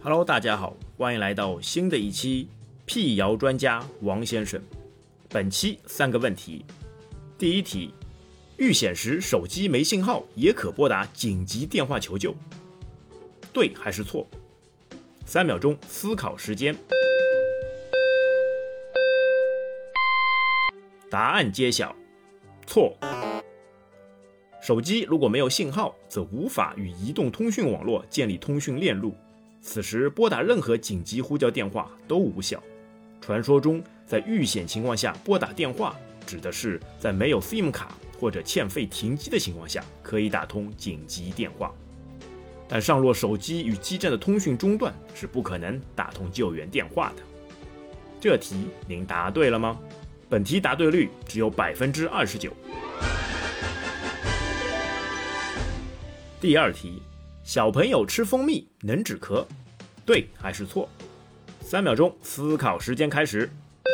Hello， 大家好，欢迎来到新的一期辟谣专家王先生。本期3个问题。第一题，遇险时手机没信号也可拨打紧急电话求救，对还是错？3秒钟思考时间。答案揭晓，错。手机如果没有信号，则无法与移动通讯网络建立通讯链路，此时拨打任何紧急呼叫电话都无效。传说中，在遇险情况下拨打电话，指的是在没有 SIM 卡或者欠费停机的情况下，可以打通紧急电话。但上若手机与基站的通讯中断，是不可能打通救援电话的。这题您答对了吗？本题答对率只有 29%。第二题，小朋友吃蜂蜜能止咳，对还是错？3秒钟思考时间开始。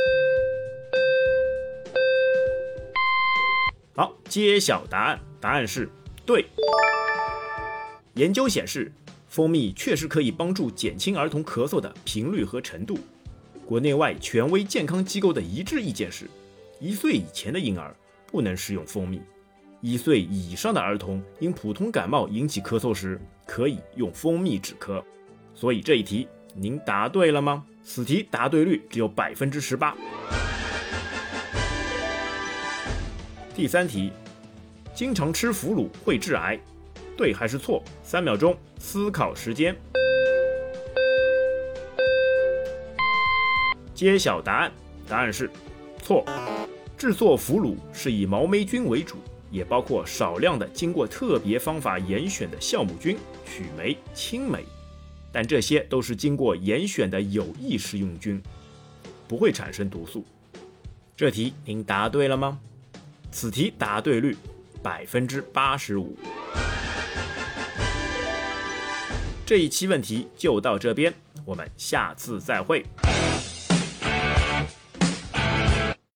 好，揭晓答案，答案是对。研究显示，蜂蜜确实可以帮助减轻儿童咳嗽的频率和程度。国内外权威健康机构的一致意见是，1岁以前的婴儿不能食用蜂蜜，1岁以上的儿童因普通感冒引起咳嗽时，可以用蜂蜜止咳。所以这一题您答对了吗？此题答对率只有 18%。第三题，经常吃腐乳会致癌，对还是错？3秒钟思考时间。揭晓答案，答案是错。制作腐乳是以毛霉菌为主，也包括少量的经过特别方法严选的酵母菌、曲霉、青霉，但这些都是经过严选的有益食用菌，不会产生毒素。这题您答对了吗？此题答对率 85%。这一期问题就到这边，我们下次再会。